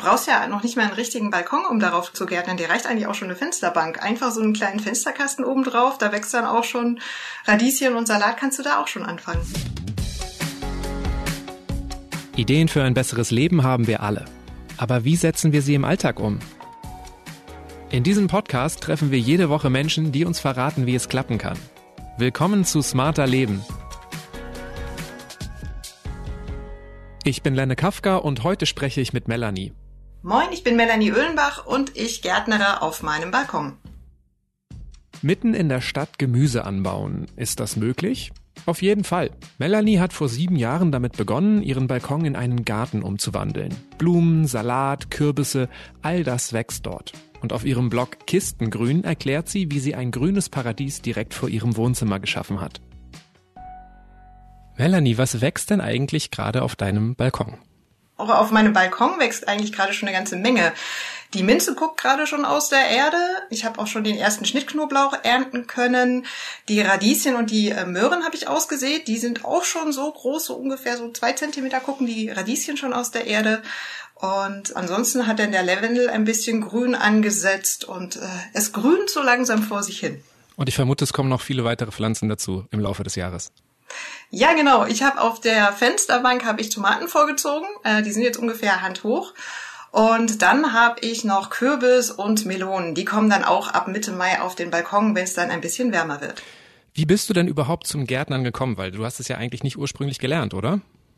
brauchst ja noch nicht mal einen richtigen Balkon, um darauf zu gärtnern. Dir reicht eigentlich auch schon eine Fensterbank. Einfach so einen kleinen Fensterkasten oben drauf, da wächst dann auch schon Radieschen und Salat, kannst du da auch schon anfangen. Ideen für ein besseres Leben haben wir alle. Aber wie setzen wir sie im Alltag um? In diesem Podcast treffen wir jede Woche Menschen, die uns verraten, wie es klappen kann. Willkommen zu Smarter Leben. Ich bin Lenne Kafka und heute spreche ich mit Melanie. Moin, ich bin Melanie Oehlenbach und ich gärtnere auf meinem Balkon. Mitten in der Stadt Gemüse anbauen. Ist das möglich? Auf jeden Fall. Melanie hat vor 7 Jahren damit begonnen, ihren Balkon in einen Garten umzuwandeln. Blumen, Salat, Kürbisse, all das wächst dort. Und auf ihrem Blog Kistengrün erklärt sie, wie sie ein grünes Paradies direkt vor ihrem Wohnzimmer geschaffen hat. Melanie, was wächst denn eigentlich gerade auf deinem Balkon? Auch auf meinem Balkon wächst eigentlich gerade schon eine ganze Menge. Die Minze guckt gerade schon aus der Erde. Ich habe auch schon den ersten Schnittknoblauch ernten können. Die Radieschen und die Möhren habe ich ausgesät. Die sind auch schon so groß, so ungefähr so 2 Zentimeter gucken die Radieschen schon aus der Erde. Und ansonsten hat dann der Lavendel ein bisschen grün angesetzt und es grünt so langsam vor sich hin. Und ich vermute, es kommen noch viele weitere Pflanzen dazu im Laufe des Jahres. Ja, genau. Ich habe auf der Fensterbank Tomaten vorgezogen. Die sind jetzt ungefähr handhoch. Und dann habe ich noch Kürbis und Melonen. Die kommen dann auch ab Mitte Mai auf den Balkon, wenn es dann ein bisschen wärmer wird. Wie bist du denn überhaupt zum Gärtnern gekommen? Weil du hast es ja eigentlich nicht ursprünglich gelernt, oder?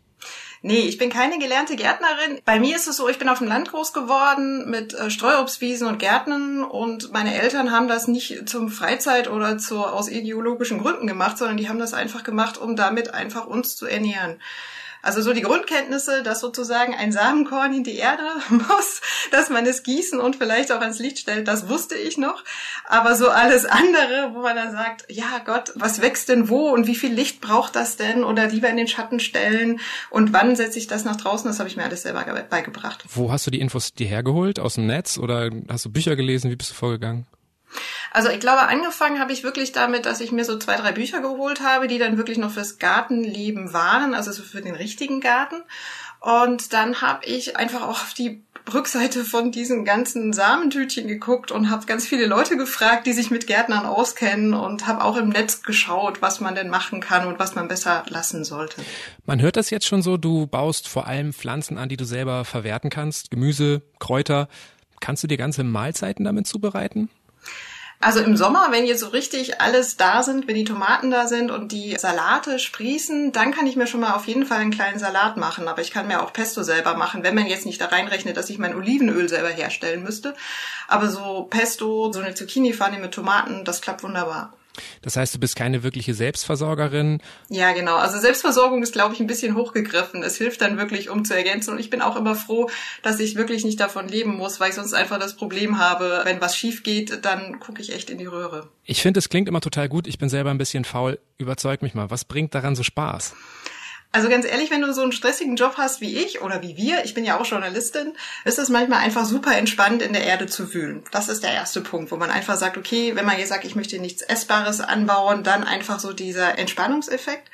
Nee, ich bin keine gelernte Gärtnerin. Bei mir ist es so, ich bin auf dem Land groß geworden mit Streuobstwiesen und Gärten und meine Eltern haben das nicht zum Freizeit oder aus ideologischen Gründen gemacht, sondern die haben das einfach gemacht, um damit einfach uns zu ernähren. Also so die Grundkenntnisse, dass sozusagen ein Samenkorn in die Erde muss, dass man es gießen und vielleicht auch ans Licht stellt, das wusste ich noch. Aber so alles andere, wo man dann sagt, ja Gott, was wächst denn wo und wie viel Licht braucht das denn oder lieber in den Schatten stellen und wann setze ich das nach draußen, das habe ich mir alles selber beigebracht. Wo hast du die Infos dir hergeholt? Aus dem Netz oder hast du Bücher gelesen? Wie bist du vorgegangen? Also ich glaube, angefangen habe ich wirklich damit, dass ich mir so 2, 3 Bücher geholt habe, die dann wirklich noch fürs Gartenleben waren, also so für den richtigen Garten. Und dann habe ich einfach auch auf die Rückseite von diesen ganzen Samentütchen geguckt und habe ganz viele Leute gefragt, die sich mit Gärtnern auskennen und habe auch im Netz geschaut, was man denn machen kann und was man besser lassen sollte. Man hört das jetzt schon so, du baust vor allem Pflanzen an, die du selber verwerten kannst, Gemüse, Kräuter. Kannst du dir ganze Mahlzeiten damit zubereiten? Also im Sommer, wenn jetzt so richtig alles da sind, wenn die Tomaten da sind und die Salate sprießen, dann kann ich mir schon mal auf jeden Fall einen kleinen Salat machen. Aber ich kann mir auch Pesto selber machen, wenn man jetzt nicht da reinrechnet, dass ich mein Olivenöl selber herstellen müsste. Aber so Pesto, so eine Zucchini-Pfanne mit Tomaten, das klappt wunderbar. Das heißt, du bist keine wirkliche Selbstversorgerin? Ja, genau. Also Selbstversorgung ist, glaube ich, ein bisschen hochgegriffen. Es hilft dann wirklich, um zu ergänzen. Und ich bin auch immer froh, dass ich wirklich nicht davon leben muss, weil ich sonst einfach das Problem habe, wenn was schief geht, dann gucke ich echt in die Röhre. Ich finde, es klingt immer total gut. Ich bin selber ein bisschen faul. Überzeug mich mal. Was bringt daran so Spaß? Also ganz ehrlich, wenn du so einen stressigen Job hast wie ich oder wie wir, ich bin ja auch Journalistin, ist es manchmal einfach super entspannt, in der Erde zu wühlen. Das ist der erste Punkt, wo man einfach sagt, okay, wenn man jetzt sagt, ich möchte nichts Essbares anbauen, dann einfach so dieser Entspannungseffekt.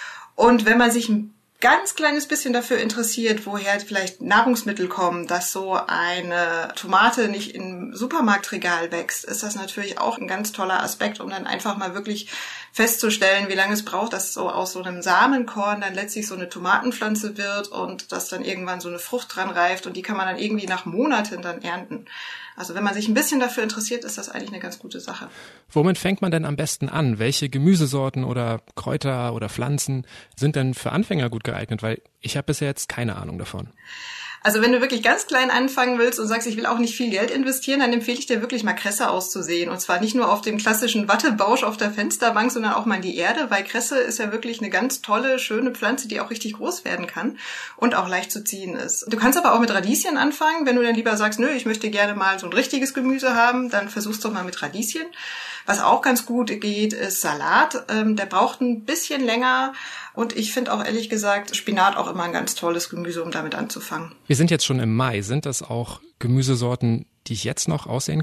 Und wenn man sich ein ganz kleines bisschen dafür interessiert, woher vielleicht Nahrungsmittel kommen, dass so eine Tomate nicht im Supermarktregal wächst, ist das natürlich auch ein ganz toller Aspekt, um dann einfach mal wirklich festzustellen, wie lange es braucht, dass so aus so einem Samenkorn dann letztlich so eine Tomatenpflanze wird und dass dann irgendwann so eine Frucht dran reift und die kann man dann irgendwie nach Monaten dann ernten. Also wenn man sich ein bisschen dafür interessiert, ist das eigentlich eine ganz gute Sache. Womit fängt man denn am besten an? Welche Gemüsesorten oder Kräuter oder Pflanzen sind denn für Anfänger gut geeignet? Weil ich habe bisher jetzt keine Ahnung davon. Also wenn du wirklich ganz klein anfangen willst und sagst, ich will auch nicht viel Geld investieren, dann empfehle ich dir wirklich mal Kresse auszusehen. Und zwar nicht nur auf dem klassischen Wattebausch auf der Fensterbank, sondern auch mal in die Erde, weil Kresse ist ja wirklich eine ganz tolle, schöne Pflanze, die auch richtig groß werden kann und auch leicht zu ziehen ist. Du kannst aber auch mit Radieschen anfangen. Wenn du dann lieber sagst, nö, ich möchte gerne mal so ein richtiges Gemüse haben, dann versuch's doch mal mit Radieschen. Was auch ganz gut geht, ist Salat. Der braucht ein bisschen länger. Und ich finde auch ehrlich gesagt Spinat auch immer ein ganz tolles Gemüse, um damit anzufangen. Wir sind jetzt schon im Mai. Sind das auch Gemüsesorten, die ich jetzt noch aussehen kann?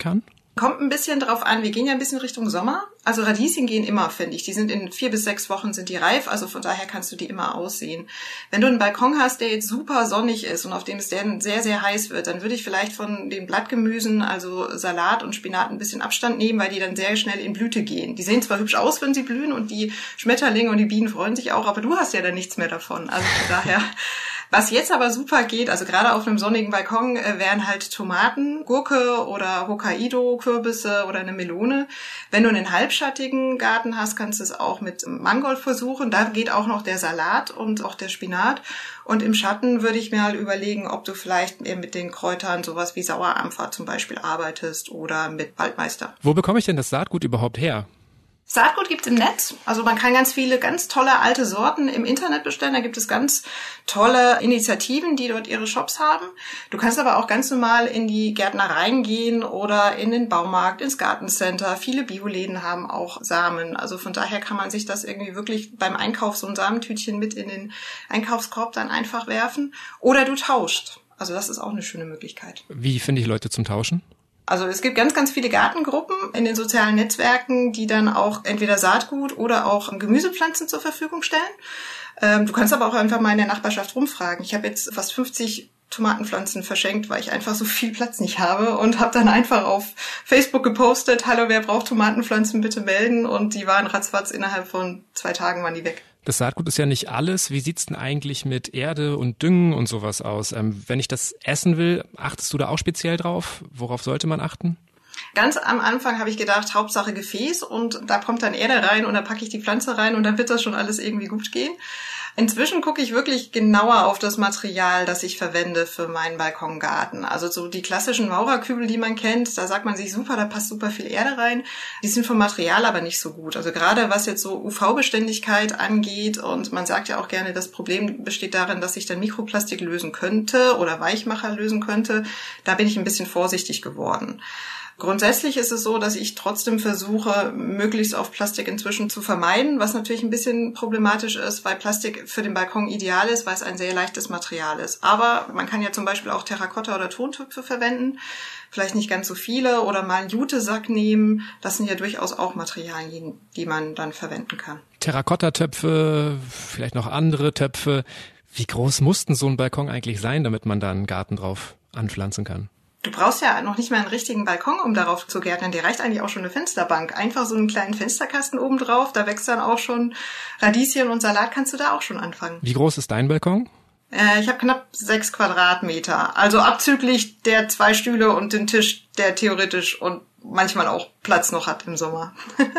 Kommt ein bisschen drauf an, wir gehen ja ein bisschen Richtung Sommer. Also Radieschen gehen immer, finde ich. Die sind in 4 bis 6 Wochen sind die reif, also von daher kannst du die immer aussehen. Wenn du einen Balkon hast, der jetzt super sonnig ist und auf dem es dann sehr, sehr heiß wird, dann würde ich vielleicht von den Blattgemüsen, also Salat und Spinat, ein bisschen Abstand nehmen, weil die dann sehr schnell in Blüte gehen. Die sehen zwar hübsch aus, wenn sie blühen und die Schmetterlinge und die Bienen freuen sich auch, aber du hast ja dann nichts mehr davon. Also von daher... Was jetzt aber super geht, also gerade auf einem sonnigen Balkon, wären halt Tomaten, Gurke oder Hokkaido-Kürbisse oder eine Melone. Wenn du einen halbschattigen Garten hast, kannst du es auch mit Mangold versuchen. Da geht auch noch der Salat und auch der Spinat. Und im Schatten würde ich mir halt überlegen, ob du vielleicht mit den Kräutern sowas wie Sauerampfer zum Beispiel arbeitest oder mit Waldmeister. Wo bekomme ich denn das Saatgut überhaupt her? Saatgut gibt's im Netz. Also man kann ganz viele, ganz tolle alte Sorten im Internet bestellen. Da gibt es ganz tolle Initiativen, die dort ihre Shops haben. Du kannst aber auch ganz normal in die Gärtnereien gehen oder in den Baumarkt, ins Gartencenter. Viele Bioläden haben auch Samen. Also von daher kann man sich das irgendwie wirklich beim Einkauf so ein Samentütchen mit in den Einkaufskorb dann einfach werfen. Oder du tauscht. Also das ist auch eine schöne Möglichkeit. Wie finde ich Leute zum Tauschen? Also es gibt ganz, ganz viele Gartengruppen in den sozialen Netzwerken, die dann auch entweder Saatgut oder auch Gemüsepflanzen zur Verfügung stellen. Du kannst aber auch einfach mal in der Nachbarschaft rumfragen. Ich habe jetzt fast 50 Tomatenpflanzen verschenkt, weil ich einfach so viel Platz nicht habe und habe dann einfach auf Facebook gepostet, hallo, wer braucht Tomatenpflanzen, bitte melden. Und die waren ratzfatz, innerhalb von 2 Tagen waren die weg. Das Saatgut ist ja nicht alles. Wie sieht's denn eigentlich mit Erde und Düngen und sowas aus? Wenn ich das essen will, achtest du da auch speziell drauf? Worauf sollte man achten? Ganz am Anfang habe ich gedacht, Hauptsache Gefäß und da kommt dann Erde rein und dann packe ich die Pflanze rein und dann wird das schon alles irgendwie gut gehen. Inzwischen gucke ich wirklich genauer auf das Material, das ich verwende für meinen Balkongarten. Also so die klassischen Maurerkübel, die man kennt, da sagt man sich super, da passt super viel Erde rein. Die sind vom Material aber nicht so gut. Also gerade was jetzt so UV-Beständigkeit angeht und man sagt ja auch gerne, das Problem besteht darin, dass sich dann Mikroplastik lösen könnte oder Weichmacher lösen könnte. Da bin ich ein bisschen vorsichtig geworden. Grundsätzlich ist es so, dass ich trotzdem versuche, möglichst auf Plastik inzwischen zu vermeiden, was natürlich ein bisschen problematisch ist, weil Plastik für den Balkon ideal ist, weil es ein sehr leichtes Material ist. Aber man kann ja zum Beispiel auch Terrakotta- oder Tontöpfe verwenden, vielleicht nicht ganz so viele, oder mal einen Jutesack nehmen. Das sind ja durchaus auch Materialien, die man dann verwenden kann. Terrakotta-Töpfe, vielleicht noch andere Töpfe. Wie groß muss denn so ein Balkon eigentlich sein, damit man da einen Garten drauf anpflanzen kann? Du brauchst ja noch nicht mal einen richtigen Balkon, um darauf zu gärtnern. Dir reicht eigentlich auch schon eine Fensterbank. Einfach so einen kleinen Fensterkasten oben drauf, da wächst dann auch schon Radieschen und Salat, kannst du da auch schon anfangen. Wie groß ist dein Balkon? Ich habe knapp 6 Quadratmeter. Also abzüglich der 2 Stühle und den Tisch, der theoretisch und manchmal auch Platz noch hat im Sommer.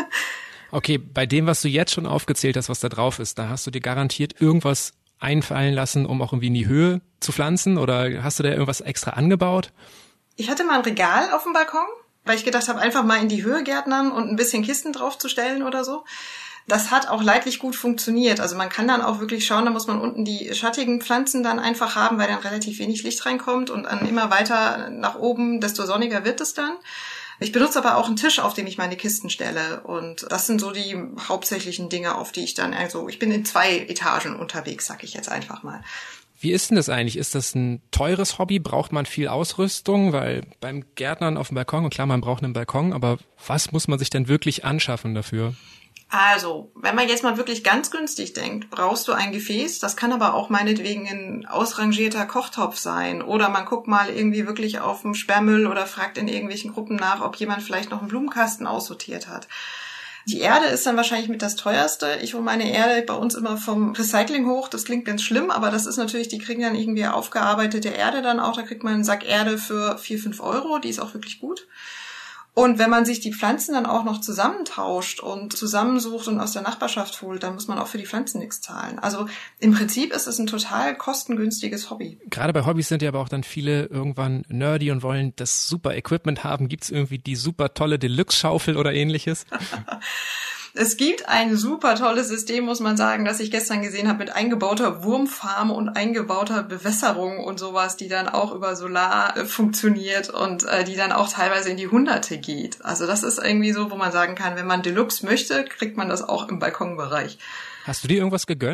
Okay, bei dem, was du jetzt schon aufgezählt hast, was da drauf ist, da hast du dir garantiert irgendwas einfallen lassen, um auch irgendwie in die Höhe zu pflanzen? Oder hast du da irgendwas extra angebaut? Ich hatte mal ein Regal auf dem Balkon, weil ich gedacht habe, einfach mal in die Höhe gärtnern und ein bisschen Kisten draufzustellen oder so. Das hat auch leidlich gut funktioniert. Also man kann dann auch wirklich schauen, da muss man unten die schattigen Pflanzen dann einfach haben, weil dann relativ wenig Licht reinkommt und dann immer weiter nach oben, desto sonniger wird es dann. Ich benutze aber auch einen Tisch, auf dem ich meine Kisten stelle und das sind so die hauptsächlichen Dinge, auf die ich dann, also ich bin in 2 Etagen unterwegs, sag ich jetzt einfach mal. Wie ist denn das eigentlich? Ist das ein teures Hobby? Braucht man viel Ausrüstung? Weil beim Gärtnern auf dem Balkon, und klar, man braucht einen Balkon, aber was muss man sich denn wirklich anschaffen dafür? Also, wenn man jetzt mal wirklich ganz günstig denkt, brauchst du ein Gefäß. Das kann aber auch meinetwegen ein ausrangierter Kochtopf sein. Oder man guckt mal irgendwie wirklich auf dem Sperrmüll oder fragt in irgendwelchen Gruppen nach, ob jemand vielleicht noch einen Blumenkasten aussortiert hat. Die Erde ist dann wahrscheinlich mit das teuerste. Ich hole meine Erde bei uns immer vom Recycling hoch. Das klingt ganz schlimm, aber das ist natürlich, die kriegen dann irgendwie aufgearbeitete Erde dann auch. Da kriegt man einen Sack Erde für 4-5 Euro. Die ist auch wirklich gut. Und wenn man sich die Pflanzen dann auch noch zusammentauscht und zusammensucht und aus der Nachbarschaft holt, dann muss man auch für die Pflanzen nichts zahlen. Also im Prinzip ist es ein total kostengünstiges Hobby. Gerade bei Hobbys sind ja aber auch dann viele irgendwann nerdy und wollen das super Equipment haben. Gibt's irgendwie die super tolle Deluxe-Schaufel oder ähnliches? Es gibt ein super tolles System, muss man sagen, das ich gestern gesehen habe, mit eingebauter Wurmfarm und eingebauter Bewässerung und sowas, die dann auch über Solar funktioniert und die dann auch teilweise in die Hunderte geht. Also das ist irgendwie so, wo man sagen kann, wenn man Deluxe möchte, kriegt man das auch im Balkonbereich. Hast du dir irgendwas gegönnt?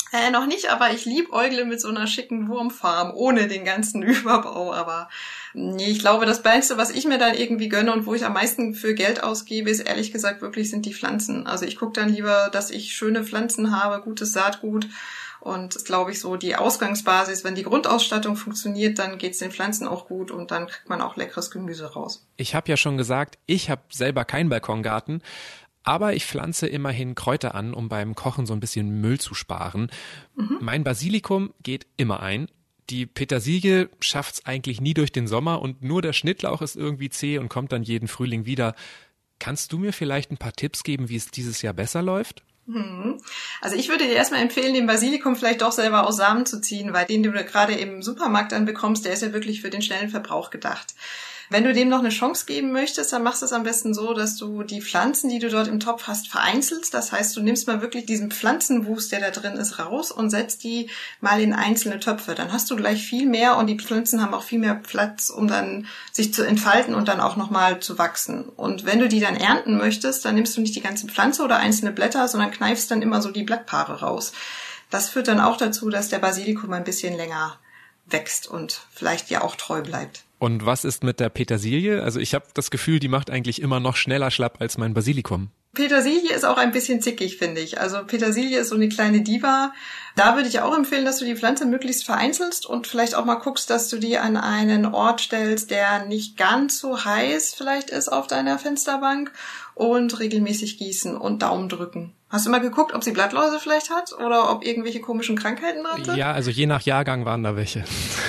Noch nicht, aber ich liebäugle mit so einer schicken Wurmfarm, ohne den ganzen Überbau. Aber nee, ich glaube, das Beste, was ich mir dann irgendwie gönne und wo ich am meisten für Geld ausgebe, ist ehrlich gesagt wirklich sind die Pflanzen. Also ich gucke dann lieber, dass ich schöne Pflanzen habe, gutes Saatgut. Und das ist, glaube ich, so die Ausgangsbasis. Wenn die Grundausstattung funktioniert, dann geht's den Pflanzen auch gut und dann kriegt man auch leckeres Gemüse raus. Ich habe ja schon gesagt, ich habe selber keinen Balkongarten. Aber ich pflanze immerhin Kräuter an, um beim Kochen so ein bisschen Müll zu sparen. Mein Basilikum geht immer ein. Die Petersilie schafft's eigentlich nie durch den Sommer und nur der Schnittlauch ist irgendwie zäh und kommt dann jeden Frühling wieder. Kannst du mir vielleicht ein paar Tipps geben, wie es dieses Jahr besser läuft? Also ich würde dir erstmal empfehlen, den Basilikum vielleicht doch selber aus Samen zu ziehen, weil den du gerade im Supermarkt dann bekommst, der ist ja wirklich für den schnellen Verbrauch gedacht. Wenn du dem noch eine Chance geben möchtest, dann machst du es am besten so, dass du die Pflanzen, die du dort im Topf hast, vereinzelst. Das heißt, du nimmst mal wirklich diesen Pflanzenwust, der da drin ist, raus und setzt die mal in einzelne Töpfe. Dann hast du gleich viel mehr und die Pflanzen haben auch viel mehr Platz, um dann sich zu entfalten und dann auch nochmal zu wachsen. Und wenn du die dann ernten möchtest, dann nimmst du nicht die ganze Pflanze oder einzelne Blätter, sondern kneifst dann immer so die Blattpaare raus. Das führt dann auch dazu, dass der Basilikum ein bisschen länger wächst und vielleicht dir auch treu bleibt. Und was ist mit der Petersilie? Also ich habe das Gefühl, die macht eigentlich immer noch schneller schlapp als mein Basilikum. Petersilie ist auch ein bisschen zickig, finde ich. Also Petersilie ist so eine kleine Diva. Da würde ich auch empfehlen, dass du die Pflanze möglichst vereinzelst und vielleicht auch mal guckst, dass du die an einen Ort stellst, der nicht ganz so heiß vielleicht ist auf deiner Fensterbank und regelmäßig gießen und Daumen drücken. Hast du mal geguckt, ob sie Blattläuse vielleicht hat oder ob irgendwelche komischen Krankheiten hatte? Ja, also je nach Jahrgang waren da welche.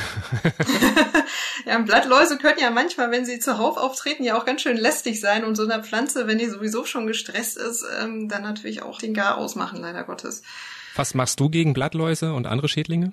Ja, Blattläuse können ja manchmal, wenn sie zuhauf auftreten, ja auch ganz schön lästig sein und so einer Pflanze, wenn die sowieso schon gestresst ist, dann natürlich auch den Gar ausmachen, leider Gottes. Was machst du gegen Blattläuse und andere Schädlinge?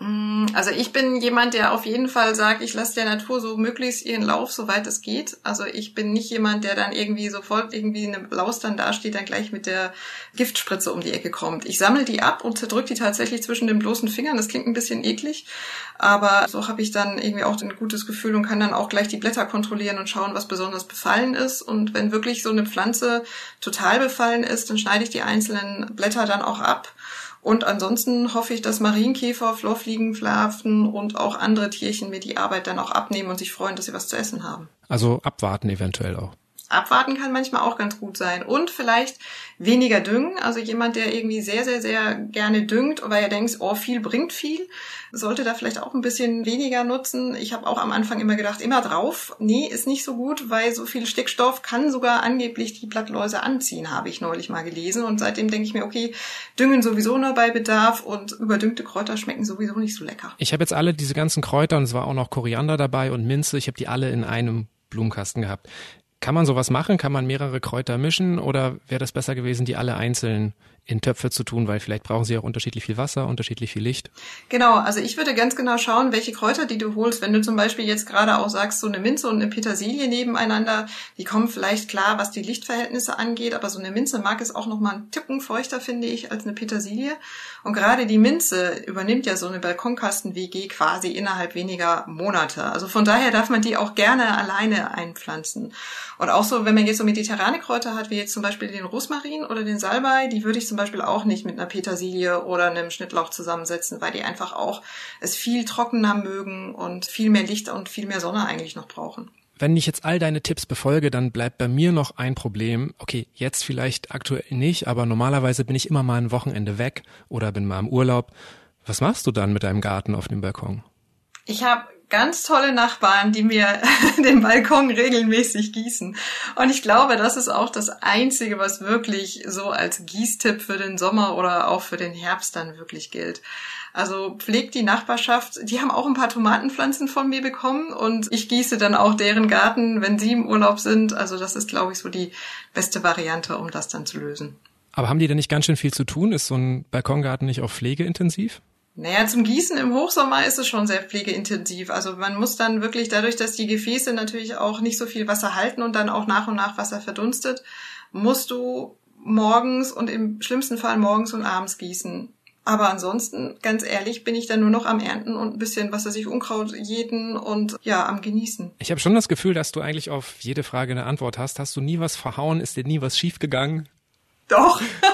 Also ich bin jemand, der auf jeden Fall sagt, ich lasse der Natur so möglichst ihren Lauf, soweit es geht. Also ich bin nicht jemand, der dann irgendwie sofort irgendwie eine Laus dann dasteht, dann gleich mit der Giftspritze um die Ecke kommt. Ich sammle die ab und zerdrücke die tatsächlich zwischen den bloßen Fingern. Das klingt ein bisschen eklig, aber so habe ich dann irgendwie auch ein gutes Gefühl und kann dann auch gleich die Blätter kontrollieren und schauen, was besonders befallen ist. Und wenn wirklich so eine Pflanze total befallen ist, dann schneide ich die einzelnen Blätter dann auch ab. Und ansonsten hoffe ich, dass Marienkäfer, Florfliegen, Larven und auch andere Tierchen mir die Arbeit dann auch abnehmen und sich freuen, dass sie was zu essen haben. Also abwarten eventuell auch. Abwarten kann manchmal auch ganz gut sein. Und vielleicht weniger düngen. Also jemand, der irgendwie sehr, sehr, sehr gerne düngt, weil er denkt, oh, viel bringt viel, sollte da vielleicht auch ein bisschen weniger nutzen. Ich habe auch am Anfang immer gedacht, immer drauf. Nee, ist nicht so gut, weil so viel Stickstoff kann sogar angeblich die Blattläuse anziehen, habe ich neulich mal gelesen. Und seitdem denke ich mir, okay, düngen sowieso nur bei Bedarf und überdüngte Kräuter schmecken sowieso nicht so lecker. Ich habe jetzt alle diese ganzen Kräuter und es war auch noch Koriander dabei und Minze. Ich habe die alle in einem Blumenkasten gehabt. Kann man sowas machen? Kann man mehrere Kräuter mischen oder wäre das besser gewesen, die alle einzeln in Töpfe zu tun, weil vielleicht brauchen sie auch unterschiedlich viel Wasser, unterschiedlich viel Licht? Genau, also ich würde ganz genau schauen, welche Kräuter, die du holst. Wenn du zum Beispiel jetzt gerade auch sagst, so eine Minze und eine Petersilie nebeneinander, die kommen vielleicht klar, was die Lichtverhältnisse angeht, aber so eine Minze mag es auch noch mal einen Ticken feuchter, finde ich, als eine Petersilie. Und gerade die Minze übernimmt ja so eine Balkonkasten-WG quasi innerhalb weniger Monate. Also von daher darf man die auch gerne alleine einpflanzen. Und auch so, wenn man jetzt so mediterrane Kräuter hat, wie jetzt zum Beispiel den Rosmarin oder den Salbei, die würde ich zum Beispiel auch nicht mit einer Petersilie oder einem Schnittlauch zusammensetzen, weil die einfach auch es viel trockener mögen und viel mehr Licht und viel mehr Sonne eigentlich noch brauchen. Wenn ich jetzt all deine Tipps befolge, dann bleibt bei mir noch ein Problem. Okay, jetzt vielleicht aktuell nicht, aber normalerweise bin ich immer mal ein Wochenende weg oder bin mal im Urlaub. Was machst du dann mit deinem Garten auf dem Balkon? Ich habe ganz tolle Nachbarn, die mir den Balkon regelmäßig gießen. Und ich glaube, das ist auch das Einzige, was wirklich so als Gießtipp für den Sommer oder auch für den Herbst dann wirklich gilt. Also pflegt die Nachbarschaft. Die haben auch ein paar Tomatenpflanzen von mir bekommen und ich gieße dann auch deren Garten, wenn sie im Urlaub sind. Also das ist, glaube ich, so die beste Variante, um das dann zu lösen. Aber haben die denn nicht ganz schön viel zu tun? Ist so ein Balkongarten nicht auch pflegeintensiv? Naja, zum Gießen im Hochsommer ist es schon sehr pflegeintensiv. Also man muss dann wirklich, dadurch, dass die Gefäße natürlich auch nicht so viel Wasser halten und dann auch nach und nach Wasser verdunstet, musst du morgens und im schlimmsten Fall morgens und abends gießen. Aber ansonsten, ganz ehrlich, bin ich dann nur noch am Ernten und ein bisschen, Unkraut jäten und ja, am Genießen. Ich habe schon das Gefühl, dass du eigentlich auf jede Frage eine Antwort hast. Hast du nie was verhauen? Ist dir nie was schiefgegangen? Doch,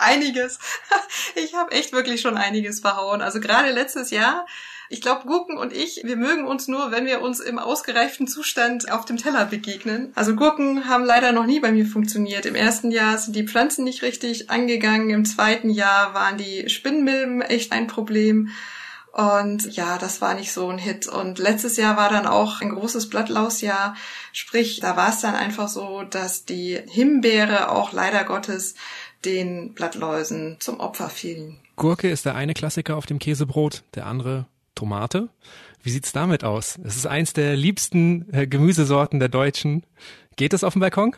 einiges. Ich habe echt wirklich schon einiges verhauen. Also gerade letztes Jahr, ich glaube, Gurken und ich, wir mögen uns nur, wenn wir uns im ausgereiften Zustand auf dem Teller begegnen. Also Gurken haben leider noch nie bei mir funktioniert. Im ersten Jahr sind die Pflanzen nicht richtig angegangen. Im zweiten Jahr waren die Spinnmilben echt ein Problem. Und ja, das war nicht so ein Hit. Und letztes Jahr war dann auch ein großes Blattlausjahr. Sprich, da war es dann einfach so, dass die Himbeere auch leider Gottes den Blattläusen zum Opfer fielen. Gurke ist der eine Klassiker auf dem Käsebrot, der andere Tomate. Wie sieht's damit aus? Es ist eins der liebsten Gemüsesorten der Deutschen. Geht es auf dem Balkon?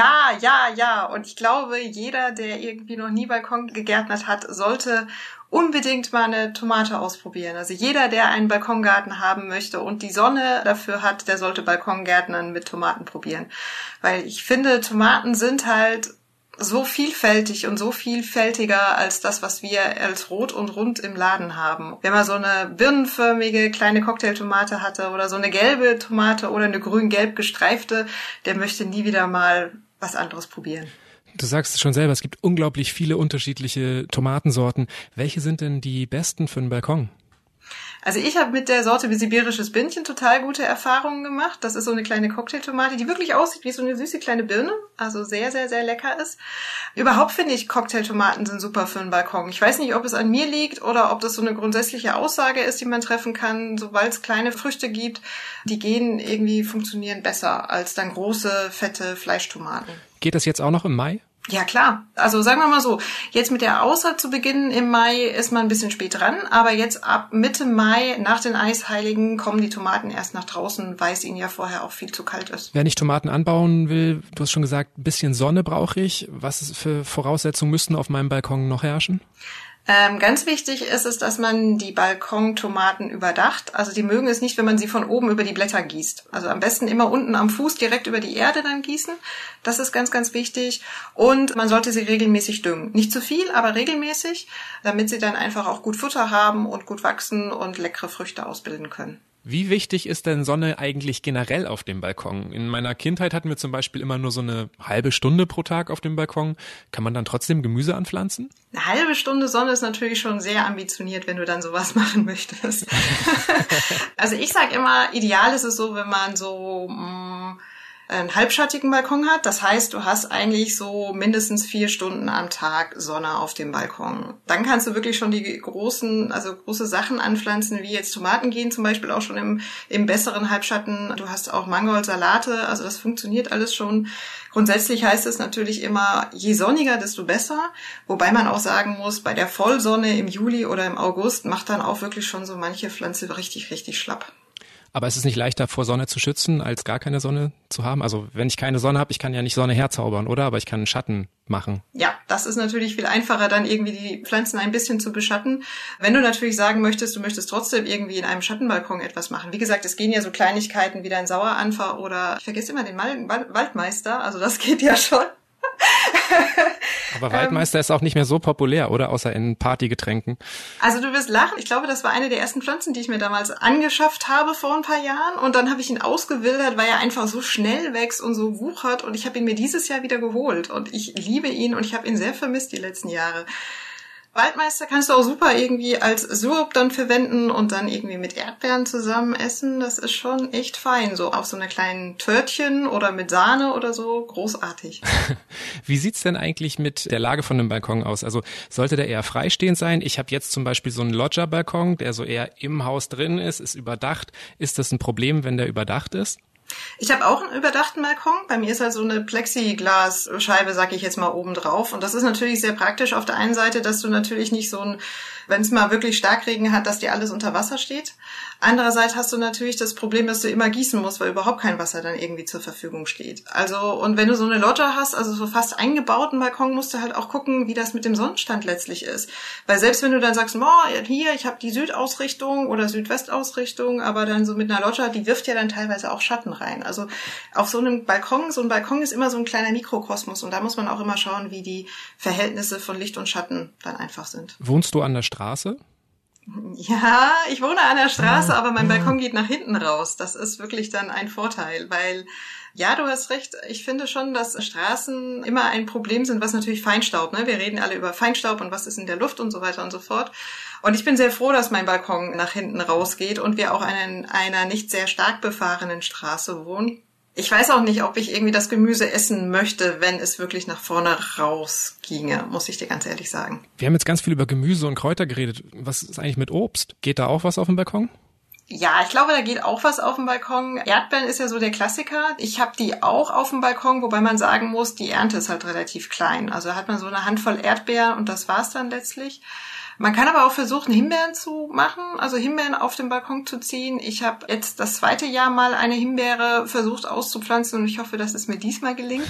Ja. Und ich glaube, jeder, der irgendwie noch nie Balkon gegärtnert hat, sollte unbedingt mal eine Tomate ausprobieren. Also jeder, der einen Balkongarten haben möchte und die Sonne dafür hat, der sollte Balkongärtnern mit Tomaten probieren. Weil ich finde, Tomaten sind halt so vielfältig und so vielfältiger als das, was wir als rot und rund im Laden haben. Wenn man so eine birnenförmige kleine Cocktailtomate hatte oder so eine gelbe Tomate oder eine grün-gelb gestreifte, der möchte nie wieder mal was anderes probieren. Du sagst es schon selber, es gibt unglaublich viele unterschiedliche Tomatensorten. Welche sind denn die besten für einen Balkon? Also ich habe mit der Sorte Sibirisches Bienchen total gute Erfahrungen gemacht. Das ist so eine kleine Cocktailtomate, die wirklich aussieht wie so eine süße kleine Birne. Also sehr, sehr, sehr lecker ist. Überhaupt finde ich, Cocktailtomaten sind super für einen Balkon. Ich weiß nicht, ob es an mir liegt oder ob das so eine grundsätzliche Aussage ist, die man treffen kann. Sobald es kleine Früchte gibt, die gehen irgendwie, funktionieren besser als dann große, fette Fleischtomaten. Geht das jetzt auch noch im Mai? Ja, klar. Also sagen wir mal so, jetzt mit der Aussaat zu beginnen im Mai ist man ein bisschen spät dran, aber jetzt ab Mitte Mai nach den Eisheiligen kommen die Tomaten erst nach draußen, weil es ihnen ja vorher auch viel zu kalt ist. Wenn ich Tomaten anbauen will, du hast schon gesagt, ein bisschen Sonne brauche ich. Was für Voraussetzungen müssten auf meinem Balkon noch herrschen? Ganz wichtig ist es, dass man die Balkontomaten überdacht. Also die mögen es nicht, wenn man sie von oben über die Blätter gießt. Also am besten immer unten am Fuß direkt über die Erde dann gießen. Das ist ganz, ganz wichtig. Und man sollte sie regelmäßig düngen. Nicht zu viel, aber regelmäßig, damit sie dann einfach auch gut Futter haben und gut wachsen und leckere Früchte ausbilden können. Wie wichtig ist denn Sonne eigentlich generell auf dem Balkon? In meiner Kindheit hatten wir zum Beispiel immer nur so eine halbe Stunde pro Tag auf dem Balkon. Kann man dann trotzdem Gemüse anpflanzen? Eine halbe Stunde Sonne ist natürlich schon sehr ambitioniert, wenn du dann sowas machen möchtest. Also ich sage immer, ideal ist es so, wenn man so einen halbschattigen Balkon hat. Das heißt, du hast eigentlich so mindestens 4 Stunden am Tag Sonne auf dem Balkon. Dann kannst du wirklich schon die große Sachen anpflanzen, wie jetzt Tomaten gehen zum Beispiel auch schon im besseren Halbschatten. Du hast auch Mangold, Salate, also das funktioniert alles schon. Grundsätzlich heißt es natürlich immer, je sonniger, desto besser. Wobei man auch sagen muss, bei der Vollsonne im Juli oder im August macht dann auch wirklich schon so manche Pflanze richtig, richtig schlapp. Aber ist es nicht leichter, vor Sonne zu schützen, als gar keine Sonne zu haben? Also wenn ich keine Sonne habe, ich kann ja nicht Sonne herzaubern, oder? Aber ich kann einen Schatten machen. Ja, das ist natürlich viel einfacher, dann irgendwie die Pflanzen ein bisschen zu beschatten. Wenn du natürlich sagen möchtest, du möchtest trotzdem irgendwie in einem Schattenbalkon etwas machen. Wie gesagt, es gehen ja so Kleinigkeiten wie dein Saueranfer oder ich vergesse immer den Waldmeister. Also das geht ja schon. Aber Waldmeister ist auch nicht mehr so populär, oder? Außer in Partygetränken. Also du wirst lachen. Ich glaube, das war eine der ersten Pflanzen, die ich mir damals angeschafft habe vor ein paar Jahren. Und dann habe ich ihn ausgewildert, weil er einfach so schnell wächst und so wuchert. Und ich habe ihn mir dieses Jahr wieder geholt. Und ich liebe ihn und ich habe ihn sehr vermisst die letzten Jahre. Waldmeister kannst du auch super irgendwie als Sirup dann verwenden und dann irgendwie mit Erdbeeren zusammen essen. Das ist schon echt fein. So auf so einer kleinen Törtchen oder mit Sahne oder so. Großartig. Wie sieht's denn eigentlich mit der Lage von einem Balkon aus? Also sollte der eher freistehend sein? Ich habe jetzt zum Beispiel so einen Loggia-Balkon, der so eher im Haus drin ist überdacht. Ist das ein Problem, wenn der überdacht ist? Ich habe auch einen überdachten Balkon. Bei mir ist halt so eine Plexiglasscheibe, sag ich jetzt mal, oben drauf. Und das ist natürlich sehr praktisch auf der einen Seite, dass du natürlich nicht so ein, wenn es mal wirklich Starkregen hat, dass dir alles unter Wasser steht. Andererseits hast du natürlich das Problem, dass du immer gießen musst, weil überhaupt kein Wasser dann irgendwie zur Verfügung steht. Also, und wenn du so eine Loggia hast, also so fast eingebauten Balkon, musst du halt auch gucken, wie das mit dem Sonnenstand letztlich ist. Weil selbst wenn du dann sagst, hier, ich habe die Südausrichtung oder Südwestausrichtung, aber dann so mit einer Loggia, die wirft ja dann teilweise auch Schatten rein. Also auf so einem Balkon, so ein Balkon ist immer so ein kleiner Mikrokosmos und da muss man auch immer schauen, wie die Verhältnisse von Licht und Schatten dann einfach sind. Wohnst du an der Straße? Ja, ich wohne an der Straße, aber mein Balkon geht nach hinten raus. Das ist wirklich dann ein Vorteil, weil, ja, du hast recht. Ich finde schon, dass Straßen immer ein Problem sind, was natürlich Feinstaub, ne? Wir reden alle über Feinstaub und was ist in der Luft und so weiter und so fort. Und ich bin sehr froh, dass mein Balkon nach hinten rausgeht und wir auch an einer nicht sehr stark befahrenen Straße wohnen. Ich weiß auch nicht, ob ich irgendwie das Gemüse essen möchte, wenn es wirklich nach vorne rausginge, muss ich dir ganz ehrlich sagen. Wir haben jetzt ganz viel über Gemüse und Kräuter geredet. Was ist eigentlich mit Obst? Geht da auch was auf dem Balkon? Ja, ich glaube, da geht auch was auf dem Balkon. Erdbeeren ist ja so der Klassiker. Ich habe die auch auf dem Balkon, wobei man sagen muss, die Ernte ist halt relativ klein. Also da hat man so eine Handvoll Erdbeeren und das war's dann letztlich. Man kann aber auch versuchen, Himbeeren zu machen, also Himbeeren auf dem Balkon zu ziehen. Ich habe jetzt das 2. Jahr mal eine Himbeere versucht auszupflanzen und ich hoffe, dass es mir diesmal gelingt.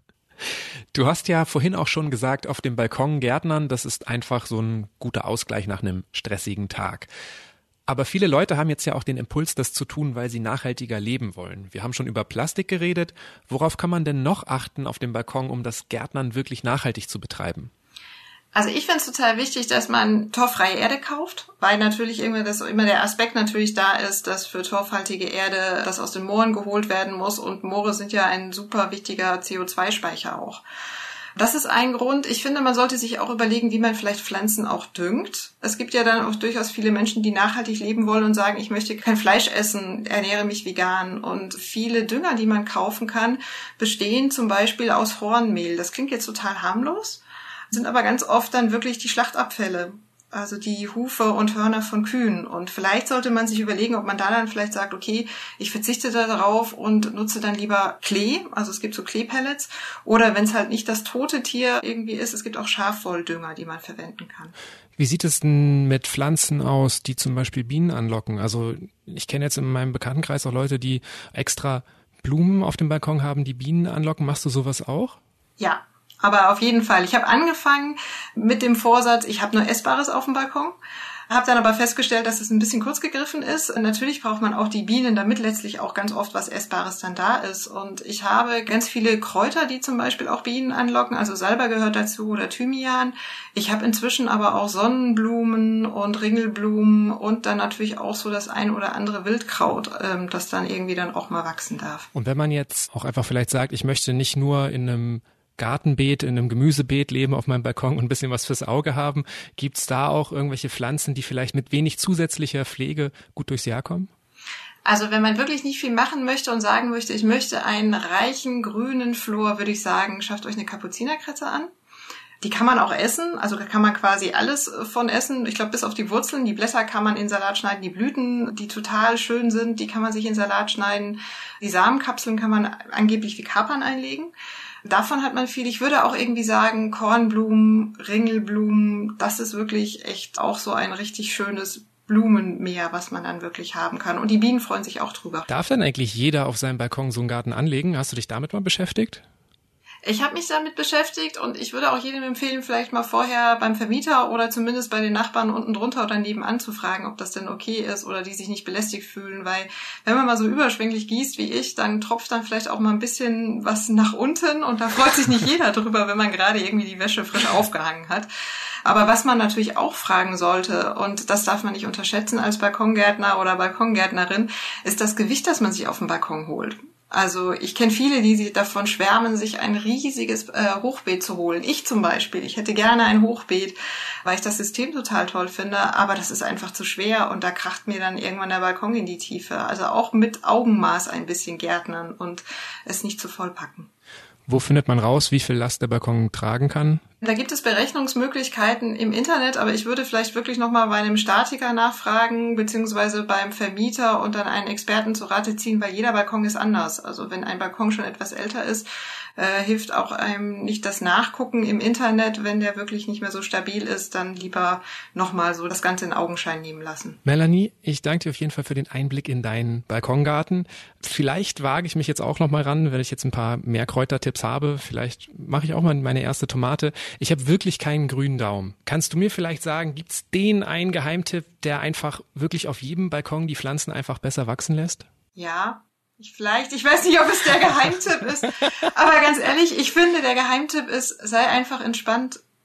Du hast ja vorhin auch schon gesagt, auf dem Balkon Gärtnern, das ist einfach so ein guter Ausgleich nach einem stressigen Tag. Aber viele Leute haben jetzt ja auch den Impuls, das zu tun, weil sie nachhaltiger leben wollen. Wir haben schon über Plastik geredet. Worauf kann man denn noch achten auf dem Balkon, um das Gärtnern wirklich nachhaltig zu betreiben? Also ich finde es total wichtig, dass man torffreie Erde kauft, weil natürlich immer der Aspekt natürlich da ist, dass für torfhaltige Erde das aus den Mooren geholt werden muss und Moore sind ja ein super wichtiger CO2-Speicher auch. Das ist ein Grund. Ich finde, man sollte sich auch überlegen, wie man vielleicht Pflanzen auch düngt. Es gibt ja dann auch durchaus viele Menschen, die nachhaltig leben wollen und sagen, ich möchte kein Fleisch essen, ernähre mich vegan. Und viele Dünger, die man kaufen kann, bestehen zum Beispiel aus Hornmehl. Das klingt jetzt total harmlos, sind aber ganz oft dann wirklich die Schlachtabfälle, also die Hufe und Hörner von Kühen. Und vielleicht sollte man sich überlegen, ob man da dann vielleicht sagt, okay, ich verzichte darauf und nutze dann lieber Klee, also es gibt so Kleepellets, oder wenn es halt nicht das tote Tier irgendwie ist, es gibt auch Schafwolldünger, die man verwenden kann. Wie sieht es denn mit Pflanzen aus, die zum Beispiel Bienen anlocken? Also ich kenne jetzt in meinem Bekanntenkreis auch Leute, die extra Blumen auf dem Balkon haben, die Bienen anlocken. Machst du sowas auch? Ja. Aber auf jeden Fall. Ich habe angefangen mit dem Vorsatz, ich habe nur Essbares auf dem Balkon, habe dann aber festgestellt, dass es ein bisschen kurz gegriffen ist. Und natürlich braucht man auch die Bienen, damit letztlich auch ganz oft was Essbares dann da ist. Und ich habe ganz viele Kräuter, die zum Beispiel auch Bienen anlocken, also Salbei gehört dazu oder Thymian. Ich habe inzwischen aber auch Sonnenblumen und Ringelblumen und dann natürlich auch so das ein oder andere Wildkraut, das dann irgendwie dann auch mal wachsen darf. Und wenn man jetzt auch einfach vielleicht sagt, ich möchte nicht nur in einem Gartenbeet, in einem Gemüsebeet leben auf meinem Balkon und ein bisschen was fürs Auge haben. Gibt's da auch irgendwelche Pflanzen, die vielleicht mit wenig zusätzlicher Pflege gut durchs Jahr kommen? Also wenn man wirklich nicht viel machen möchte und sagen möchte, ich möchte einen reichen grünen Flor, würde ich sagen, schafft euch eine Kapuzinerkresse an. Die kann man auch essen, also da kann man quasi alles von essen. Ich glaube, bis auf die Wurzeln, die Blätter kann man in Salat schneiden, die Blüten, die total schön sind, die kann man sich in Salat schneiden. Die Samenkapseln kann man angeblich wie Kapern einlegen. Davon hat man viel. Ich würde auch irgendwie sagen, Kornblumen, Ringelblumen, das ist wirklich echt auch so ein richtig schönes Blumenmeer, was man dann wirklich haben kann. Und die Bienen freuen sich auch drüber. Darf denn eigentlich jeder auf seinem Balkon so einen Garten anlegen? Hast du dich damit mal beschäftigt? Ich habe mich damit beschäftigt und ich würde auch jedem empfehlen, vielleicht mal vorher beim Vermieter oder zumindest bei den Nachbarn unten drunter oder nebenan zu fragen, ob das denn okay ist oder die sich nicht belästigt fühlen, weil wenn man mal so überschwänglich gießt wie ich, dann tropft dann vielleicht auch mal ein bisschen was nach unten und da freut sich nicht jeder drüber, wenn man gerade irgendwie die Wäsche frisch aufgehangen hat. Aber was man natürlich auch fragen sollte, und das darf man nicht unterschätzen als Balkongärtner oder Balkongärtnerin, ist das Gewicht, das man sich auf den Balkon holt. Also ich kenne viele, die sich davon schwärmen, sich ein riesiges Hochbeet zu holen. Ich zum Beispiel, ich hätte gerne ein Hochbeet, weil ich das System total toll finde, aber das ist einfach zu schwer und da kracht mir dann irgendwann der Balkon in die Tiefe. Also auch mit Augenmaß ein bisschen gärtnern und es nicht zu vollpacken. Wo findet man raus, wie viel Last der Balkon tragen kann? Da gibt es Berechnungsmöglichkeiten im Internet, aber ich würde vielleicht wirklich nochmal bei einem Statiker nachfragen, beziehungsweise beim Vermieter und dann einen Experten zu Rate ziehen, weil jeder Balkon ist anders. Also wenn ein Balkon schon etwas älter ist, hilft auch einem nicht das Nachgucken im Internet. Wenn der wirklich nicht mehr so stabil ist, dann lieber nochmal so das Ganze in Augenschein nehmen lassen. Melanie, ich danke dir auf jeden Fall für den Einblick in deinen Balkongarten. Vielleicht wage ich mich jetzt auch nochmal ran, wenn ich jetzt ein paar mehr Kräutertipps habe. Vielleicht mache ich auch mal meine erste Tomate. Ich habe wirklich keinen grünen Daumen. Kannst du mir vielleicht sagen, gibt's den einen Geheimtipp, der einfach wirklich auf jedem Balkon die Pflanzen einfach besser wachsen lässt? Ja. Ich weiß nicht, ob es der Geheimtipp ist, aber ganz ehrlich, ich finde, der Geheimtipp ist, sei einfach entspannt,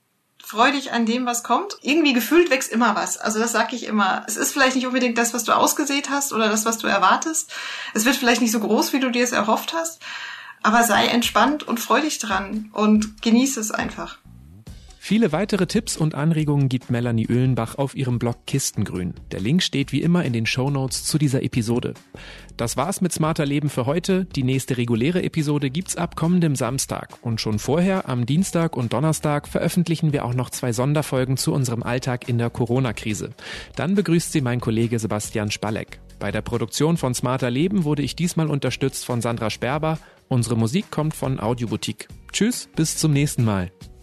freu dich an dem, was kommt. Irgendwie gefühlt wächst immer was. Also das sage ich immer. Es ist vielleicht nicht unbedingt das, was du ausgesät hast oder das, was du erwartest. Es wird vielleicht nicht so groß, wie du dir es erhofft hast. Aber sei entspannt und freu dich dran und genieße es einfach. Viele weitere Tipps und Anregungen gibt Melanie Uhlenbach auf ihrem Blog Kistengrün. Der Link steht wie immer in den Shownotes zu dieser Episode. Das war's mit Smarter Leben für heute. Die nächste reguläre Episode gibt's ab kommendem Samstag. Und schon vorher, am Dienstag und Donnerstag, veröffentlichen wir auch noch 2 Sonderfolgen zu unserem Alltag in der Corona-Krise. Dann begrüßt sie mein Kollege Sebastian Spalleck. Bei der Produktion von Smarter Leben wurde ich diesmal unterstützt von Sandra Sperber. Unsere Musik kommt von Audioboutique. Tschüss, bis zum nächsten Mal.